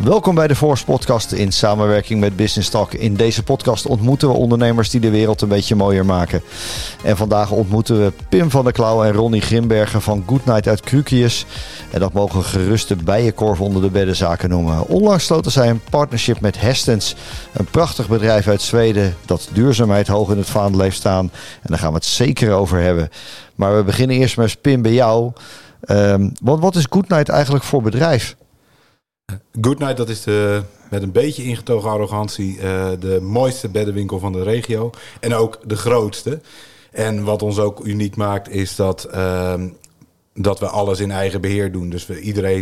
Welkom bij de Force Podcast in samenwerking met Business Talk. In deze podcast ontmoeten we ondernemers die de wereld een beetje mooier maken. En vandaag ontmoeten we Pim van der Klauw en Ronnie Grimbergen van Goodnight uit Krukius. En dat mogen we gerust de bijenkorf onder de beddenzaken noemen. Onlangs sloten zij een partnership met Hestens, een prachtig bedrijf uit Zweden dat duurzaamheid hoog in het vaandel heeft staan. En daar gaan we het zeker over hebben. Maar we beginnen eerst maar eens, Pim, bij jou. Wat is Goodnight eigenlijk voor bedrijf? Goodnight, dat is met een beetje ingetogen arrogantie de mooiste beddenwinkel van de regio. En ook de grootste. En wat ons ook uniek maakt is dat we alles in eigen beheer doen. Dus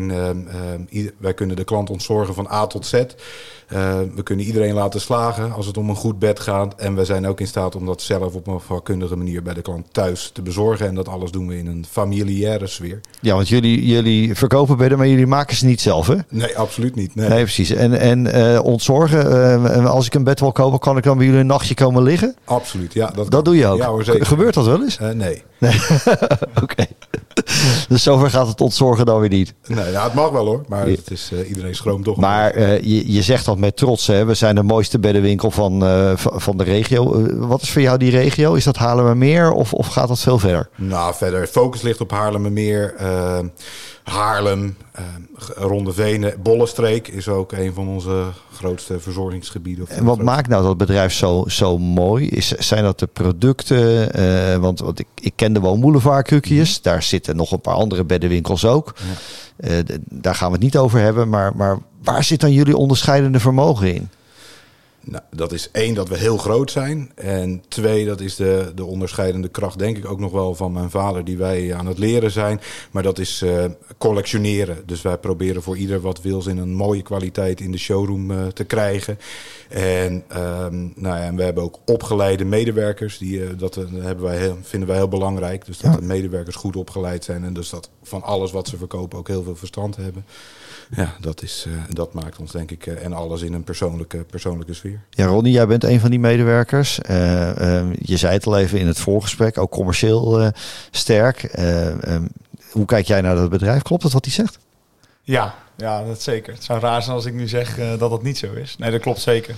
wij kunnen de klant ontzorgen van A tot Z. We kunnen iedereen laten slagen als het om een goed bed gaat. En we zijn ook in staat om dat zelf op een vakkundige manier bij de klant thuis te bezorgen. En dat alles doen we in een familiaire sfeer. Ja, want jullie verkopen bedden, maar jullie maken ze niet zelf, hè? Nee, absoluut niet. Nee, precies. En ontzorgen, als ik een bed wil kopen, kan ik dan bij jullie een nachtje komen liggen? Absoluut, ja. Dat doe je ook? Ja, hoor, zeker. Gebeurt dat wel eens? Nee. Oké. Dus zover gaat het ontzorgen dan weer niet? Nee, ja, het mag wel hoor, maar het is, iedereen schroomt toch. Maar je zegt dat met trots, hè? We zijn de mooiste beddenwinkel van de regio. Wat is voor jou die regio? Is dat Haarlemmermeer of gaat dat veel verder? Nou, verder. Focus ligt op Haarlemmermeer, Haarlem, Ronde Venen, Bollenstreek is ook een van onze grootste verzorgingsgebieden. En wat maakt nou dat bedrijf zo mooi? Zijn dat de producten? Want ik ken de Woonboulevard Krukius. Daar zitten nog een paar andere beddenwinkels ook. Ja. Daar gaan we het niet over hebben. Maar waar zit dan jullie onderscheidende vermogen in? Nou, dat is 1, dat we heel groot zijn. En 2, dat is de onderscheidende kracht, denk ik ook nog wel van mijn vader, die wij aan het leren zijn. Maar dat is collectioneren. Dus wij proberen voor ieder wat wils in een mooie kwaliteit in de showroom te krijgen. En we hebben ook opgeleide medewerkers. Vinden wij heel belangrijk. Dus dat de medewerkers goed opgeleid zijn. En dus dat van alles wat ze verkopen ook heel veel verstand hebben. Ja, dat maakt ons denk ik en alles in een persoonlijke sfeer. Ja, Ronnie, jij bent een van die medewerkers. Je zei het al even in het voorgesprek, ook commercieel sterk. Hoe kijk jij naar dat bedrijf? Klopt het wat hij zegt? Ja, dat zeker. Het zou raar zijn als ik nu zeg dat dat niet zo is. Nee, dat klopt zeker.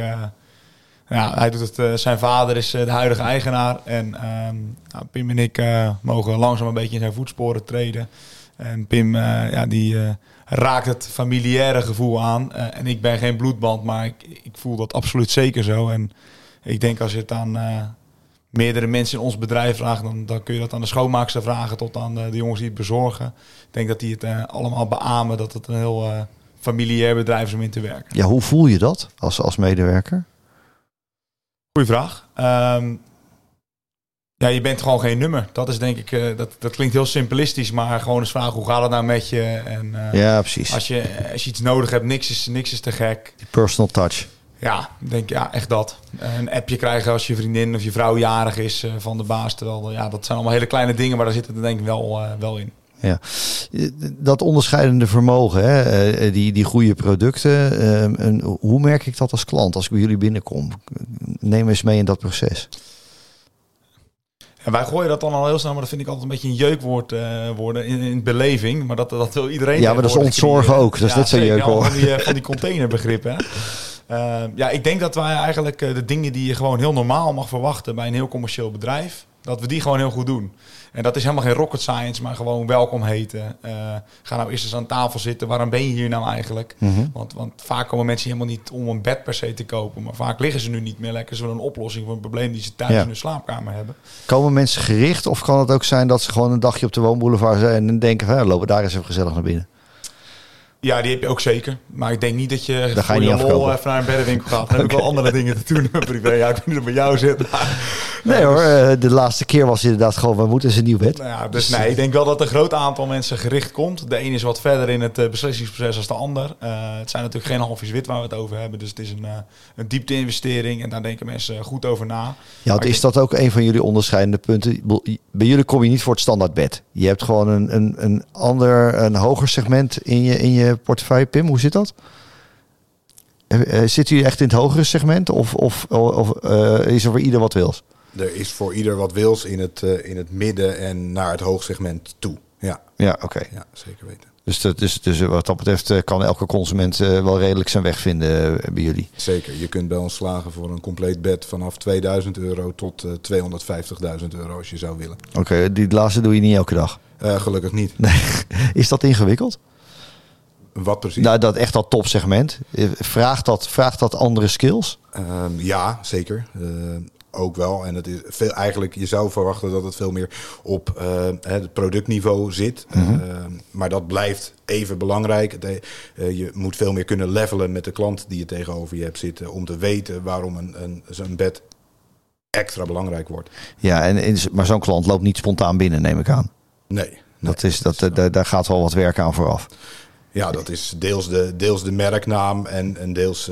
Hij doet het. Zijn vader is de huidige eigenaar. En Pim en ik mogen langzaam een beetje in zijn voetsporen treden. En Pim, die raakt het familiaire gevoel aan. En ik ben geen bloedband, maar ik voel dat absoluut zeker zo. En ik denk als je het aan meerdere mensen in ons bedrijf vraagt, dan kun je dat aan de schoonmaakster vragen tot aan de jongens die het bezorgen. Ik denk dat die het allemaal beamen dat het een heel familiair bedrijf is om in te werken. Ja, hoe voel je dat als medewerker? Goeie vraag. Je bent gewoon geen nummer. Dat is denk ik, dat klinkt heel simplistisch, maar gewoon eens vragen, hoe gaat het nou met je? En, ja, precies. Als je iets nodig hebt, niks is te gek. Die personal touch. Ja, denk echt dat. Een appje krijgen als je vriendin of je vrouw jarig is van de baas. Terwijl, dat zijn allemaal hele kleine dingen, maar daar zit het denk ik wel in. Ja, dat onderscheidende vermogen, hè? Die goede producten. Hoe merk ik dat als klant als ik bij jullie binnenkom? Neem eens mee in dat proces. En wij gooien dat dan al heel snel, maar dat vind ik altijd een beetje een jeukwoord worden in beleving. Maar dat wil iedereen. Ja, maar dat is ontzorgen ook. Dat is net zo'n jeukwoord. Van die containerbegrippen. Ik denk dat wij eigenlijk de dingen die je gewoon heel normaal mag verwachten bij een heel commercieel bedrijf, dat we die gewoon heel goed doen. En dat is helemaal geen rocket science, maar gewoon welkom heten. Ga nou eerst eens aan tafel zitten. Waarom ben je hier nou eigenlijk? Mm-hmm. Want vaak komen mensen helemaal niet om een bed per se te kopen. Maar vaak liggen ze nu niet meer lekker. Ze willen een oplossing voor een probleem die ze thuis in hun slaapkamer hebben. Komen mensen gericht of kan het ook zijn dat ze gewoon een dagje op de Woonboulevard zijn en denken, lopen daar eens even gezellig naar binnen? Ja, die heb je ook zeker. Maar ik denk niet dat je voor je lol even naar een beddenwinkel gaat. Dan heb ik wel andere dingen te doen in mijn privé. Ja, ik weet niet of het bij jou zit. Nee hoor, de laatste keer was inderdaad gewoon, we moeten eens een nieuw bed. Nou ja, dus ik denk wel dat een groot aantal mensen gericht komt. De een is wat verder in het beslissingsproces als de ander. Het zijn natuurlijk geen halfjes wit waar we het over hebben. Dus het is een diepte-investering. En daar denken mensen goed over na. Ja, want is dat ook een van jullie onderscheidende punten? Bij jullie kom je niet voor het standaard bed. Je hebt gewoon een hoger segment in je portefeuille. Pim, hoe zit dat? Zitten jullie echt in het hogere segment? Of is er voor ieder wat wils? Er is voor ieder wat wils in het midden en naar het hoogsegment toe. Ja, ja, oké. Ja, zeker weten. Dus wat dat betreft kan elke consument wel redelijk zijn weg vinden bij jullie. Zeker. Je kunt bij ons slagen voor een compleet bed vanaf €2000 tot €250.000 als je zou willen. Oké, die laatste doe je niet elke dag? Gelukkig niet. Nee. Is dat ingewikkeld? Wat precies? Nou, dat echt dat topsegment. Vraagt dat andere skills? Ja, zeker. Ook wel. En het is veel, eigenlijk, je zou verwachten dat het veel meer op het productniveau zit. Maar dat blijft even belangrijk. Je moet veel meer kunnen levelen met de klant die je tegenover je hebt zitten. Om te weten waarom een bed extra belangrijk wordt. Ja, maar zo'n klant loopt niet spontaan binnen, neem ik aan. Nee. Daar gaat wel wat werk aan vooraf. Ja, dat is deels de merknaam en deels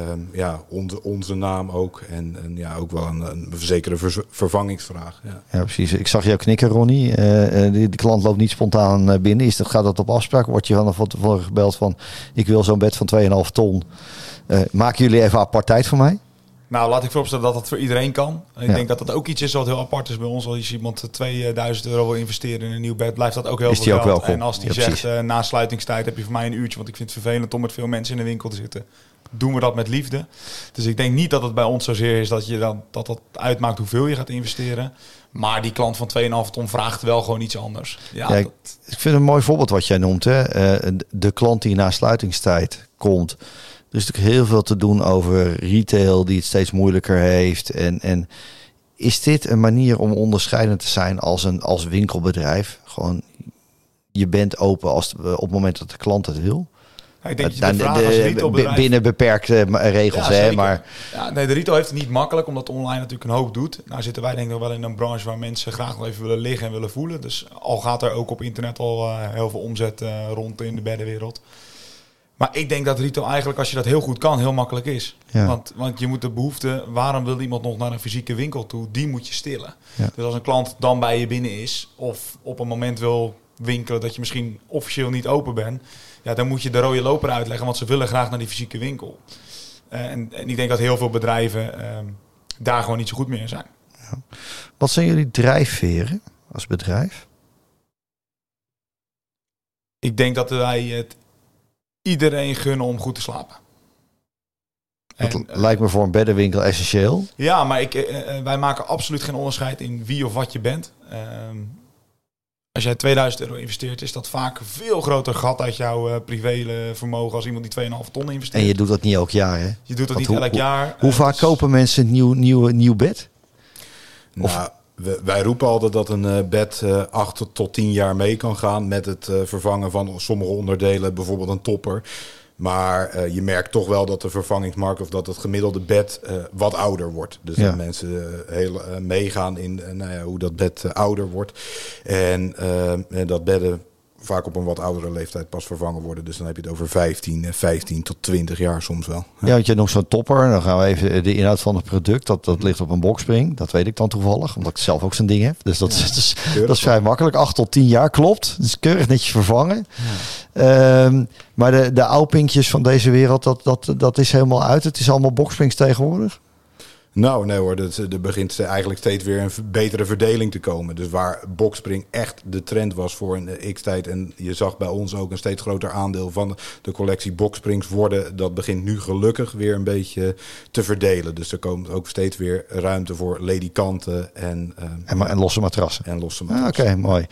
onze naam ook. En ook wel een zekere vervangingsvraag. Ja, precies. Ik zag jou knikken, Ronnie. De klant loopt niet spontaan binnen. Gaat dat op afspraak? Word je van tevoren gebeld van... ik wil zo'n bed van 2,5 ton. Maken jullie even apart tijd voor mij? Nou, laat ik vooropstellen dat dat voor iedereen kan. Ik denk dat dat ook iets is wat heel apart is bij ons. Als iemand €2000 wil investeren in een nieuw bed, blijft dat ook heel veel geld. Welkom. En als die zegt, na sluitingstijd heb je voor mij een uurtje, want ik vind het vervelend om met veel mensen in de winkel te zitten. Doen we dat met liefde. Dus ik denk niet dat het bij ons zozeer is dat uitmaakt hoeveel je gaat investeren. Maar die klant van 2,5 ton vraagt wel gewoon iets anders. Ik vind het een mooi voorbeeld wat jij noemt. Hè? De klant die na sluitingstijd komt... Er is natuurlijk heel veel te doen over retail die het steeds moeilijker heeft. En is dit een manier om onderscheidend te zijn als winkelbedrijf? Gewoon, je bent open op het moment dat de klant het wil. Ja, ik denk dat je de vraag als retailbedrijf... Binnen beperkte regels, hè? Maar... Ja, nee, de retail heeft het niet makkelijk, omdat online natuurlijk een hoop doet. Nou zitten wij denk ik wel in een branche waar mensen graag wel even willen liggen en willen voelen. Dus al gaat er ook op internet al heel veel omzet rond in de beddenwereld. Maar ik denk dat retail eigenlijk, als je dat heel goed kan, heel makkelijk is. Ja. Want je moet de behoefte, waarom wil iemand nog naar een fysieke winkel toe, die moet je stillen. Ja. Dus als een klant dan bij je binnen is, of op een moment wil winkelen dat je misschien officieel niet open bent, ja, dan moet je de rode loper uitleggen, want ze willen graag naar die fysieke winkel. En ik denk dat heel veel bedrijven daar gewoon niet zo goed meer in zijn. Ja. Wat zijn jullie drijfveren als bedrijf? Ik denk dat wij het iedereen gunnen om goed te slapen. Dat lijkt me voor een beddenwinkel essentieel. Ja, maar wij maken absoluut geen onderscheid in wie of wat je bent. Als jij €2000 investeert, is dat vaak een veel groter gat uit jouw privé vermogen als iemand die 2,5 ton investeert. En je doet dat niet elk jaar, hè? Je doet dat niet elk jaar. Hoe vaak kopen mensen een nieuw bed? Nou, wij roepen altijd dat een bed 8 tot 10 jaar mee kan gaan met het vervangen van sommige onderdelen, bijvoorbeeld een topper. Maar je merkt toch wel dat de vervangingsmarkt of dat het gemiddelde bed wat ouder wordt. Dus dat mensen heel meegaan in hoe dat bed ouder wordt. En dat bedden vaak op een wat oudere leeftijd pas vervangen worden. Dus dan heb je het over 15 tot 20 jaar soms wel. Ja, want je noemt zo'n topper. Dan gaan we even de inhoud van het product. Dat ligt op een boxspring. Dat weet ik dan toevallig. Omdat ik zelf ook zo'n ding heb. Dus dat is vrij makkelijk. 8 tot 10 jaar klopt. Dus keurig netjes vervangen. Ja. Maar de Aupingjes van deze wereld, dat is helemaal uit. Het is allemaal boxsprings tegenwoordig. Nou, nee hoor, er begint eigenlijk steeds weer een betere verdeling te komen. Dus waar boxspring echt de trend was voor een x-tijd... en je zag bij ons ook een steeds groter aandeel van de collectie boxsprings worden... dat begint nu gelukkig weer een beetje te verdelen. Dus er komt ook steeds weer ruimte voor ledikanten en losse matrassen. En losse matrassen. Oké, mooi.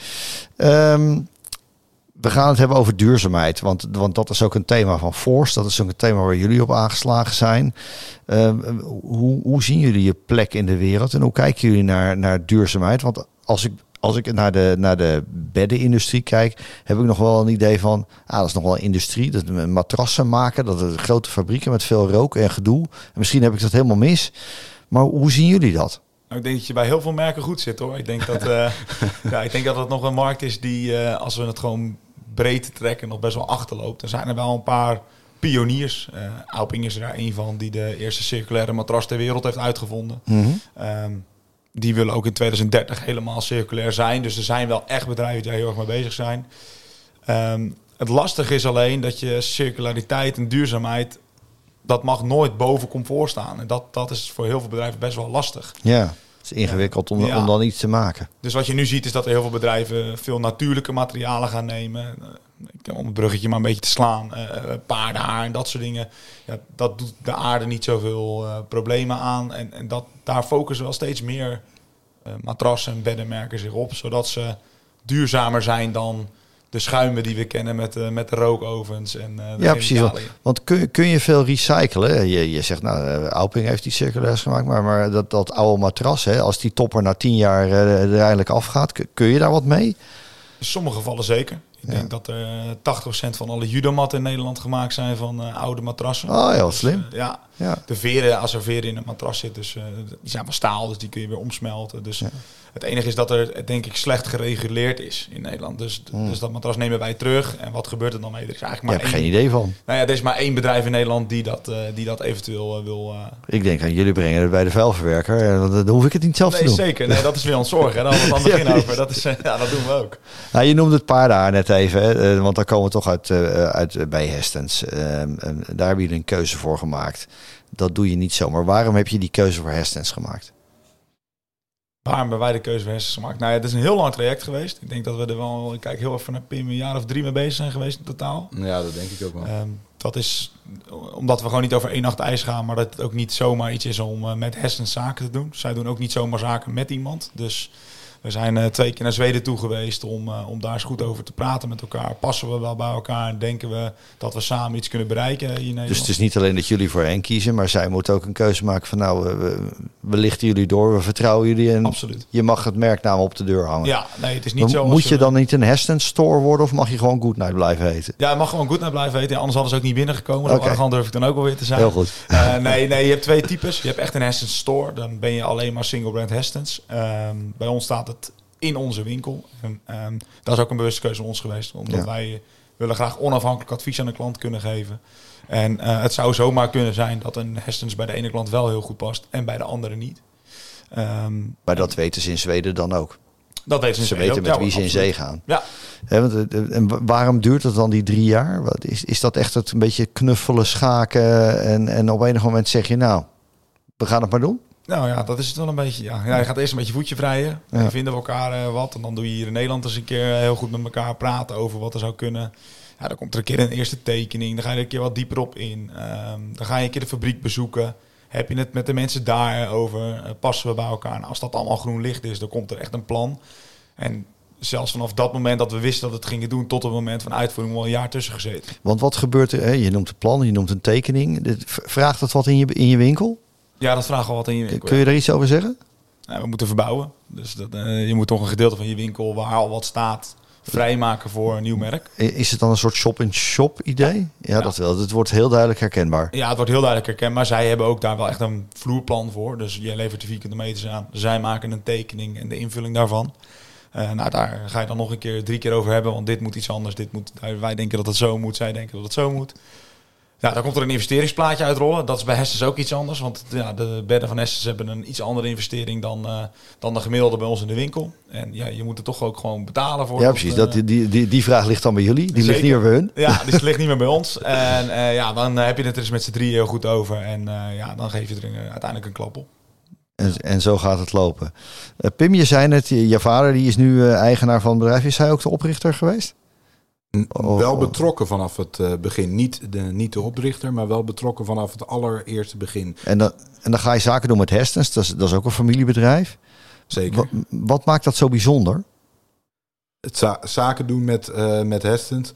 We gaan het hebben over duurzaamheid, want dat is ook een thema van Force. Dat is ook een thema waar jullie op aangeslagen zijn. Hoe zien jullie je plek in de wereld en hoe kijken jullie naar duurzaamheid? Want als ik naar de beddenindustrie kijk, heb ik nog wel een idee van, dat is nog wel een industrie. Dat matrassen maken, dat is grote fabrieken met veel rook en gedoe. En misschien heb ik dat helemaal mis. Maar hoe zien jullie dat? Ik denk dat je bij heel veel merken goed zit, hoor. Ik denk dat het nog een markt is die, als we het gewoon breed trekken, nog best wel achterloopt. Er zijn er wel een paar pioniers. Auping is er daar een van die de eerste circulaire matras ter wereld heeft uitgevonden. Mm-hmm. Die willen ook in 2030 helemaal circulair zijn. Dus er zijn wel echt bedrijven die daar heel erg mee bezig zijn. Het lastige is alleen dat je circulariteit en duurzaamheid, dat mag nooit boven comfort staan. En dat is voor heel veel bedrijven best wel lastig. Ja, het is ingewikkeld om dan iets te maken. Dus wat je nu ziet is dat er heel veel bedrijven veel natuurlijke materialen gaan nemen. om het bruggetje maar een beetje te slaan, paardenhaar en dat soort dingen. Ja, dat doet de aarde niet zoveel problemen aan. En daar focussen wel steeds meer matrassen en beddenmerken zich op, zodat ze duurzamer zijn dan de schuimen die we kennen met de rookovens en de Ja, precies. chemicaliën. Want kun je veel recyclen? Je zegt, Auping heeft iets circulairs gemaakt, maar dat oude matras, hè, als die topper na 10 jaar er eindelijk afgaat, kun je daar wat mee? In sommige gevallen zeker. Ik denk dat er 80% van alle judomatten in Nederland gemaakt zijn van oude matrassen. Oh, heel slim. Ja, Ja. de veren, als er veren in een matras zit, dus die zijn van staal, dus die kun je weer omsmelten. Dus het enige is dat er, denk ik, slecht gereguleerd is in Nederland. Dus dat matras nemen wij terug. En wat gebeurt er dan mee? Er is eigenlijk maar Ik heb geen idee van. Nou ja, er is maar 1 bedrijf in Nederland die dat eventueel wil. Ik denk aan jullie brengen het bij de vuilverwerker. Dan hoef ik het niet zelf te Nee, doen. zeker. Nee, dat is weer ons zorgen. Daar hadden we het aan het begin over. Dat is, dat doen we ook. Nou, je noemde het paardenhaar net even, hè, want daar komen we toch uit bij Hestens. Daar hebben jullie een keuze voor gemaakt. Dat doe je niet zomaar. Waarom heb je die keuze voor Hestens gemaakt? Waarom hebben wij de keuze voor Hestens gemaakt? Nou ja, het is een heel lang traject geweest. Ik denk dat we er wel, ik kijk heel even naar Pim, een jaar of 3 mee bezig zijn geweest in totaal. Ja, dat denk ik ook wel. Dat is omdat we gewoon niet over 1 nacht ijs gaan, maar dat het ook niet zomaar iets is om met Hestens zaken te doen. Zij doen ook niet zomaar zaken met iemand. Dus we zijn 2 keer naar Zweden toe geweest om daar eens goed over te praten met elkaar. Passen we wel bij elkaar en denken we dat we samen iets kunnen bereiken hier in Nederland. Dus het is niet alleen dat jullie voor hen kiezen, maar zij moeten ook een keuze maken van we lichten jullie door, we vertrouwen jullie en absoluut. Je mag het merknaam op de deur hangen. Ja, nee, het is niet zo. Moet je dan niet een Hestens store worden of mag je gewoon Goodnight blijven heten? Ja, het mag gewoon Goodnight blijven heten. Anders hadden ze ook niet binnengekomen. Dat arrogant durf ik dan ook wel weer te zijn. Heel goed. Nee, je hebt 2 types. Je hebt echt een Hestens store. Dan ben je alleen maar single brand Hestens. Bij ons staat het in onze winkel. En dat is ook een bewuste keuze van ons geweest. Omdat wij willen graag onafhankelijk advies aan de klant kunnen geven. En het zou zomaar kunnen zijn dat een Hestens bij de ene klant wel heel goed past en bij de andere niet. Maar dat weten ze in Zweden dan ook. Dat weten ze weten ook. met wie ze in zee gaan. Ja. En waarom duurt het dan die 3 jaar? Is dat echt het een beetje knuffelen, schaken en op enig moment zeg je nou, we gaan het maar doen? Nou ja, dat is het wel een beetje. Ja, je gaat eerst een beetje voetje vrijen. Dan vinden we elkaar wat. En dan doe je hier in Nederland eens een keer heel goed met elkaar praten over wat er zou kunnen. Ja, dan komt er een keer een eerste tekening. Dan ga je er een keer wat dieper op in. Dan ga je een keer de fabriek bezoeken. Heb je het met de mensen daarover? Passen we bij elkaar? Nou, als dat allemaal groen licht is, dan komt er echt een plan. En zelfs vanaf dat moment dat we wisten dat we het gingen doen, tot het moment van uitvoering, wel een jaar tussen gezeten. Want wat gebeurt er? Je noemt een plan, je noemt een tekening. Vraagt dat wat in je winkel? Ja, dat vragen we wat in je winkel. Kun je daar iets over zeggen? We moeten verbouwen. Dus je moet toch een gedeelte van je winkel waar al wat staat vrijmaken voor een nieuw merk. Is het dan een soort shop-in-shop idee? Ja, dat wel. Het wordt heel duidelijk herkenbaar. Ja, het wordt heel duidelijk herkenbaar. Zij hebben ook daar wel echt een vloerplan voor. Dus jij levert de vierkante meters aan. Zij maken een tekening en de invulling daarvan. Daar ga je dan nog een keer 3 keer over hebben. Want dit moet iets anders. Wij denken dat het zo moet. Zij denken dat het zo moet. Ja, dan komt er een investeringsplaatje uitrollen. Dat is bij Hestens ook iets anders. Want de bedden van Hestens hebben een iets andere investering dan de gemiddelde bij ons in de winkel. En ja, je moet er toch ook gewoon betalen voor. Ja, precies. Die vraag ligt dan bij jullie. Die ligt niet meer bij hun. Ja, die ligt niet meer bij ons. En dan heb je het er eens met z'n 3 heel goed over. En dan geef je er uiteindelijk een klap op. En zo gaat het lopen. Pim, je zei net, je vader die is nu eigenaar van het bedrijf. Is hij ook de oprichter geweest? Wel betrokken vanaf het begin. Niet de oprichter, maar wel betrokken vanaf het allereerste begin. En dan ga je zaken doen met Hestens. Dat is ook een familiebedrijf. Zeker. Wat maakt dat zo bijzonder? Het zaken doen met Hestens.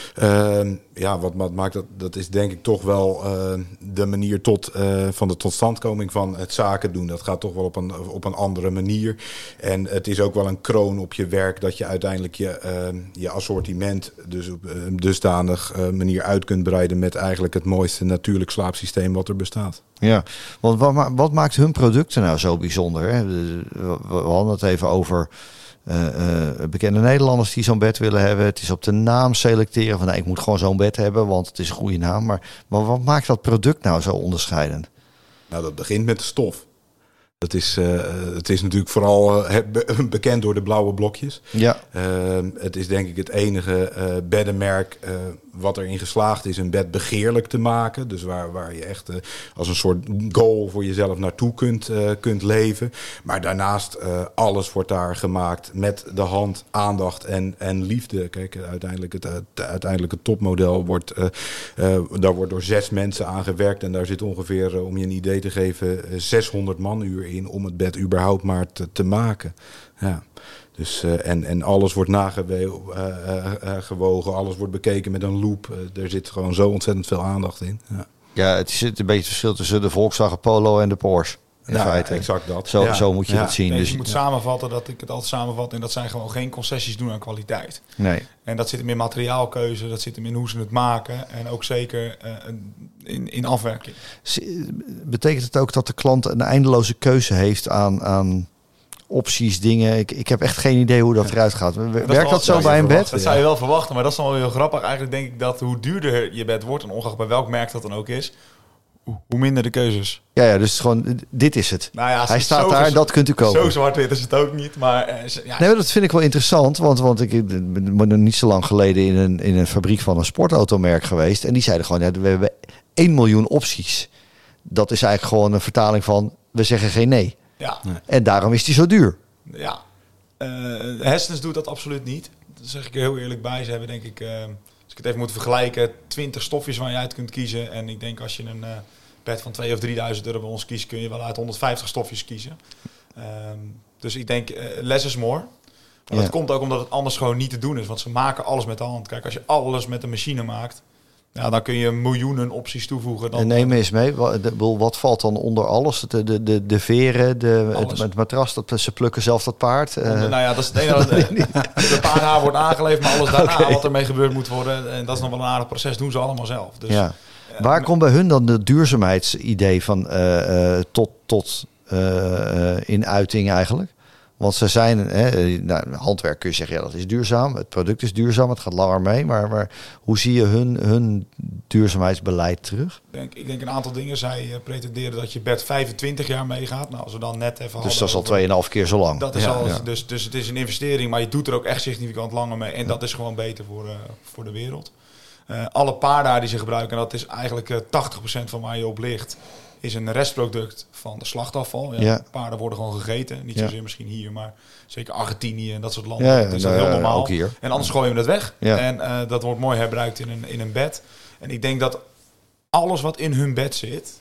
Wat maakt dat is denk ik toch wel de manier van de totstandkoming van het zaken doen. Dat gaat toch wel op een andere manier. En het is ook wel een kroon op je werk dat je uiteindelijk je assortiment dus op een dusdanig manier uit kunt breiden met eigenlijk het mooiste natuurlijk slaapsysteem wat er bestaat. Ja, want wat maakt hun producten nou zo bijzonder? Hè? We hadden het even over bekende Nederlanders die zo'n bed willen hebben. Het is op de naam selecteren van ik moet gewoon zo'n bed hebben, want het is een goede naam. Maar wat maakt dat product nou zo onderscheidend? Nou, dat begint met de stof. Het is natuurlijk vooral bekend door de blauwe blokjes. Ja. Het is denk ik het enige beddenmerk wat erin geslaagd is een bed begeerlijk te maken. Dus waar je echt als een soort goal voor jezelf naartoe kunt leven. Maar daarnaast alles wordt daar gemaakt met de hand, aandacht en liefde. Kijk, uiteindelijk het topmodel wordt door 6 mensen aan gewerkt. En daar zit ongeveer, om je een idee te geven, 600 manuur in om het bed überhaupt maar te maken. Ja. Dus, en alles wordt nagewogen, alles wordt bekeken met een loop. Er zit gewoon zo ontzettend veel aandacht in. Ja, ja, het is een beetje het verschil tussen de Volkswagen Polo en de Porsche. In feite. Exact dat. Zo moet je dat zien. Nee, dus je moet samenvatten dat ik het altijd samenvat. En dat zijn gewoon geen concessies doen aan kwaliteit. Nee. En dat zit hem in materiaalkeuze, dat zit hem in hoe ze het maken. En ook zeker in afwerking. Betekent het ook dat de klant een eindeloze keuze heeft aan opties, dingen? Ik heb echt geen idee hoe dat eruit gaat. Werkt dat zo bij een bed? Dat zou je wel verwachten, maar dat is dan wel heel grappig. Eigenlijk denk ik dat hoe duurder je bed wordt, en ongeacht bij welk merk dat dan ook is, hoe minder de keuzes. Ja, dus gewoon, dit is het. Nou ja, hij staat daar, dat kunt u kopen. Zo zwart-wit is het ook niet, maar... Nee, maar dat vind ik wel interessant, want ik ben nog niet zo lang geleden in een fabriek van een sportautomerk geweest. En die zeiden gewoon, we hebben 1 miljoen opties. Dat is eigenlijk gewoon een vertaling van, we zeggen geen nee. Ja. En daarom is die zo duur. Ja. Hestens doet dat absoluut niet. Dat zeg ik er heel eerlijk bij. Ze hebben denk ik, als ik het even moet vergelijken, 20 stofjes waar je uit kunt kiezen. En ik denk als je een bed van 2.000 of 3.000 euro bij ons kiest, kun je wel uit 150 stofjes kiezen. Dus ik denk, less is more. Maar dat komt ook omdat het anders gewoon niet te doen is. Want ze maken alles met de hand. Kijk, als je alles met een machine maakt, ja, dan kun je miljoenen opties toevoegen. En neem eens mee, wat valt dan onder alles? De veren, het matras, ze plukken zelf dat paard. Nou ja, dat is het enige. De paardhaar wordt aangeleverd, maar alles daarna wat ermee gebeurd moet worden. En dat is nog wel een aardig proces, doen ze allemaal zelf. Dus, ja. Waar komt bij hun dan de duurzaamheidsidee van tot in uiting eigenlijk? Want ze zijn, handwerk kun je zeggen, ja, dat is duurzaam. Het product is duurzaam, het gaat langer mee. Maar hoe zie je hun duurzaamheidsbeleid terug? Ik denk een aantal dingen. Zij pretenderen dat je bed 25 jaar meegaat. Nou, als we dan net even dus dat is al 2,5 keer zo lang. Dat is Dus het is een investering, maar je doet er ook echt significant langer mee. En dat is gewoon beter voor de wereld. Alle paarden die ze gebruiken, en dat is eigenlijk 80% van waar je op ligt, is een restproduct van de slachtafval. Ja. Paarden worden gewoon gegeten. Niet zozeer misschien hier, maar zeker Argentinië en dat soort landen. Ja, dat is heel normaal. Ook hier. En anders gooien we het weg. Ja. En dat wordt mooi herbruikt in een bed. En ik denk dat alles wat in hun bed zit,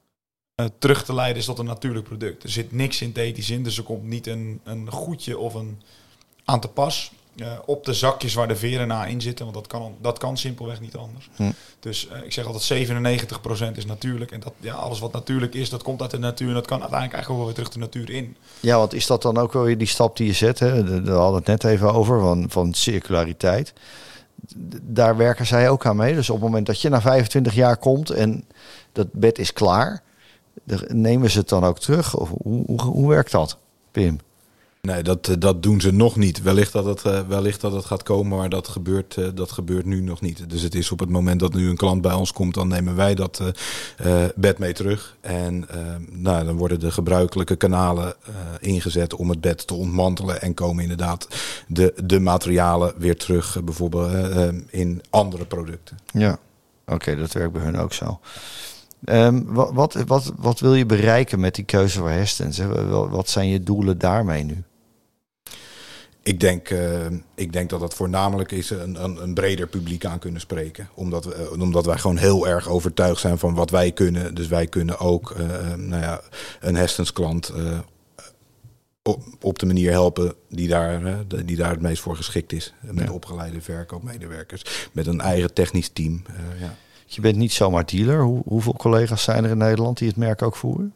terug te leiden is tot een natuurlijk product. Er zit niks synthetisch in, dus er komt niet een goedje of een aan te pas op de zakjes waar de veren na in zitten. Want dat kan simpelweg niet anders. Dus ik zeg altijd 97% is natuurlijk. En alles wat natuurlijk is, dat komt uit de natuur. En dat kan uiteindelijk eigenlijk ook wel weer terug de natuur in. Ja, want is dat dan ook wel weer die stap die je zet? Hè? Daar hadden we het net even over, van circulariteit. Daar werken zij ook aan mee. Dus op het moment dat je na 25 jaar komt en dat bed is klaar, nemen ze het dan ook terug? Of hoe werkt dat, Pim? Nee, dat doen ze nog niet. Wellicht dat het gaat komen, maar dat gebeurt nu nog niet. Dus het is op het moment dat nu een klant bij ons komt, dan nemen wij dat bed mee terug. En dan worden de gebruikelijke kanalen ingezet om het bed te ontmantelen. En komen inderdaad de materialen weer terug, bijvoorbeeld in andere producten. Ja, oké, dat werkt bij hun ook zo. Wat wil je bereiken met die keuze voor Hestens? Wat zijn je doelen daarmee nu? Ik denk dat het voornamelijk is een breder publiek aan kunnen spreken. Omdat wij gewoon heel erg overtuigd zijn van wat wij kunnen. Dus wij kunnen ook een Hestens klant op de manier helpen die daar het meest voor geschikt is. Met opgeleide verkoopmedewerkers. Met een eigen technisch team. Je bent niet zomaar dealer. Hoeveel collega's zijn er in Nederland die het merk ook voeren?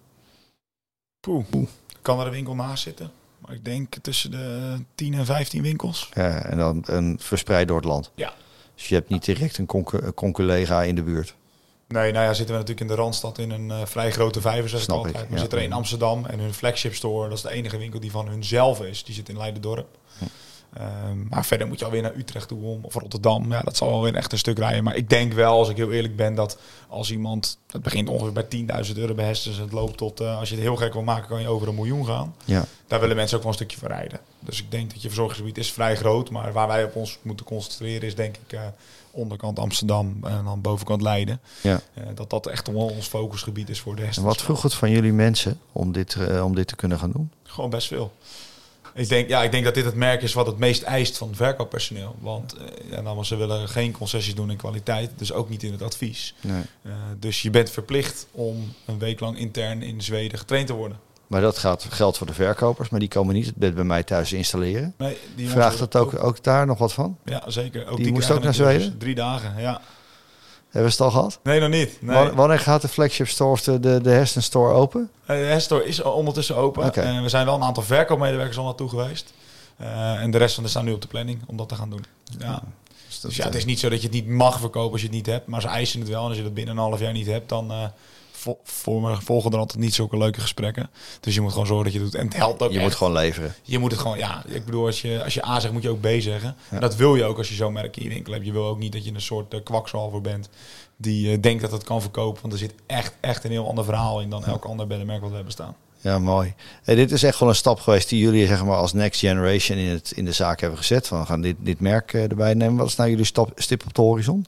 Kan er een winkel naast zitten? Maar ik denk tussen de 10 en 15 winkels. Ja, en dan verspreid door het land. Ja. Dus je hebt niet direct een conculega in de buurt. Nee, zitten we natuurlijk in de Randstad in een vrij grote vijver, zeg ik altijd. We zitten er in Amsterdam en hun flagship store, dat is de enige winkel die van hunzelf is. Die zit in Leiden-Dorp. Maar verder moet je alweer naar Utrecht toe of Rotterdam. Ja, dat zal wel weer echt een stuk rijden. Maar ik denk wel, als ik heel eerlijk ben, dat als iemand... Het begint ongeveer bij 10.000 euro bij Hestens. Het loopt tot, als je het heel gek wil maken, kan je over 1 miljoen gaan. Ja. Daar willen mensen ook wel een stukje voor rijden. Dus ik denk dat je verzorgingsgebied is vrij groot. Maar waar wij op ons moeten concentreren is denk ik onderkant Amsterdam en dan bovenkant Leiden. Ja. Dat echt ons focusgebied is voor de En wat vroeg het van jullie mensen om dit te kunnen gaan doen? Gewoon best veel. Ik denk dat dit het merk is wat het meest eist van verkooppersoneel. Want ze willen geen concessies doen in kwaliteit, dus ook niet in het advies. Nee. Dus je bent verplicht om een week lang intern in Zweden getraind te worden. Maar dat geldt voor de verkopers, maar die komen niet het bed bij mij thuis installeren. Nee, vraagt het ook daar nog wat van? Ja, zeker. Ook die moest ook naar Zweden? 3 dagen, ja. Hebben we het al gehad? Nee, nog niet. Nee. Wanneer gaat de flagship store of de Heston store open? De Heston store is ondertussen open. Okay. We zijn wel een aantal verkoopmedewerkers al naartoe geweest. En de rest van de staan nu op de planning om dat te gaan doen. Ja. Dus het is niet zo dat je het niet mag verkopen als je het niet hebt. Maar ze eisen het wel. En als je dat binnen een half jaar niet hebt, dan volgen er altijd niet zulke leuke gesprekken. Dus je moet gewoon zorgen dat je het doet. En het helpt ook. Je moet gewoon leveren. Je moet het gewoon, ja. Ik bedoel, als je A zegt, moet je ook B zeggen. Ja. En dat wil je ook als je zo'n merk in je winkel hebt. Je wil ook niet dat je een soort kwakzalver bent die denkt dat het kan verkopen. Want er zit echt een heel ander verhaal in dan elk ander merk wat we hebben staan. Ja, mooi. Dit is echt gewoon een stap geweest die jullie zeg maar als next generation in de zaak hebben gezet. Van we gaan dit merk erbij nemen. Wat is nou jullie stip op de horizon?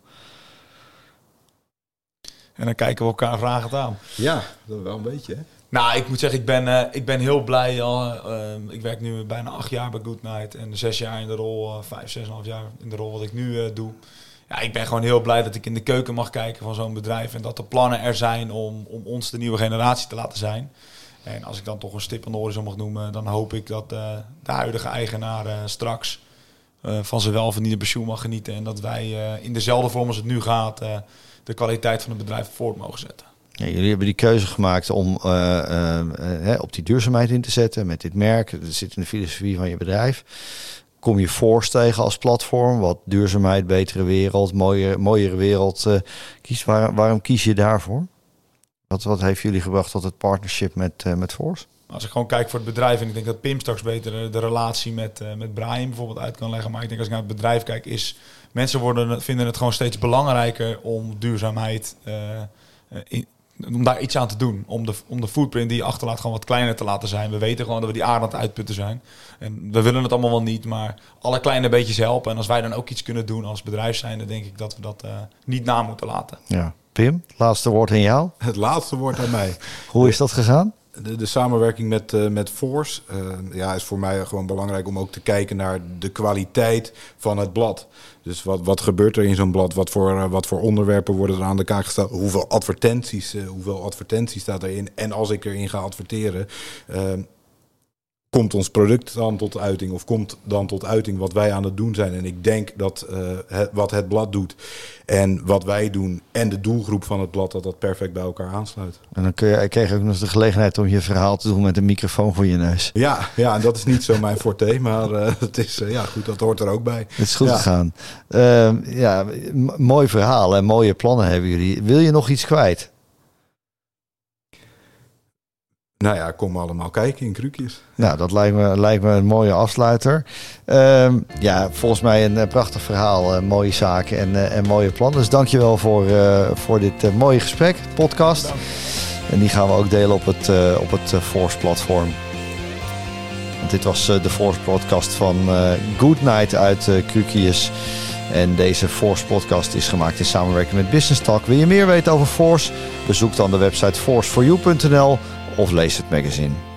En dan kijken we elkaar vragend aan. Ja, dat wel een beetje, hè? Nou, ik moet zeggen, ik ben heel blij. Ik werk nu bijna 8 jaar bij Goodnight. En 6 jaar in de rol, 5, 6,5 jaar in de rol wat ik nu doe. Ja, ik ben gewoon heel blij dat ik in de keuken mag kijken van zo'n bedrijf. En dat de plannen er zijn om ons de nieuwe generatie te laten zijn. En als ik dan toch een stip aan de horizon mag noemen, dan hoop ik dat de huidige eigenaar straks van zijn welverdiende pensioen mag genieten. En dat wij in dezelfde vorm als het nu gaat de kwaliteit van het bedrijf voort mogen zetten. Ja, jullie hebben die keuze gemaakt om op die duurzaamheid in te zetten met dit merk. Dat zit in de filosofie van je bedrijf. Kom je Force tegen als platform, wat duurzaamheid, betere wereld, mooiere wereld kiest. Waarom kies je daarvoor? Wat heeft jullie gebracht tot het partnership met Force? Als ik gewoon kijk voor het bedrijf, en ik denk dat Pim straks beter de relatie met Brian bijvoorbeeld uit kan leggen. Maar ik denk als ik naar het bedrijf kijk, mensen vinden het gewoon steeds belangrijker om duurzaamheid, om daar iets aan te doen. Om de footprint die je achterlaat gewoon wat kleiner te laten zijn. We weten gewoon dat we die aarde aan het uitputten zijn. En we willen het allemaal wel niet, maar alle kleine beetjes helpen. En als wij dan ook iets kunnen doen als bedrijf zijn, dan denk ik dat we dat niet na moeten laten. Ja. Pim, het laatste woord aan jou. Het laatste woord aan mij. Hoe is dat gegaan? De samenwerking met Force is voor mij gewoon belangrijk om ook te kijken naar de kwaliteit van het blad. Dus wat gebeurt er in zo'n blad? Wat voor onderwerpen worden er aan de kaak gesteld? Hoeveel advertenties staat erin? En als ik erin ga adverteren, komt ons product dan tot uiting of komt dan tot uiting wat wij aan het doen zijn? En ik denk dat wat het blad doet en wat wij doen en de doelgroep van het blad, dat perfect bij elkaar aansluit. En dan kreeg je ook nog eens de gelegenheid om je verhaal te doen met een microfoon voor je neus. Ja, en dat is niet zo mijn forte, maar het is goed, dat hoort er ook bij. Het is goed gegaan. Mooi verhaal en mooie plannen hebben jullie. Wil je nog iets kwijt? Nou ja, kom allemaal kijken in Krukjes. Nou, dat lijkt me een mooie afsluiter. Volgens mij een prachtig verhaal, mooie zaken en mooie plannen. Dus dankjewel voor dit mooie gesprek, podcast. Dank. En die gaan we ook delen op het Force-platform. Want dit was de Force-podcast van Goodnight uit Krukjes. En deze Force-podcast is gemaakt in samenwerking met Business Talk. Wil je meer weten over Force? Bezoek dan de website forceforyou.nl of lees het magazine.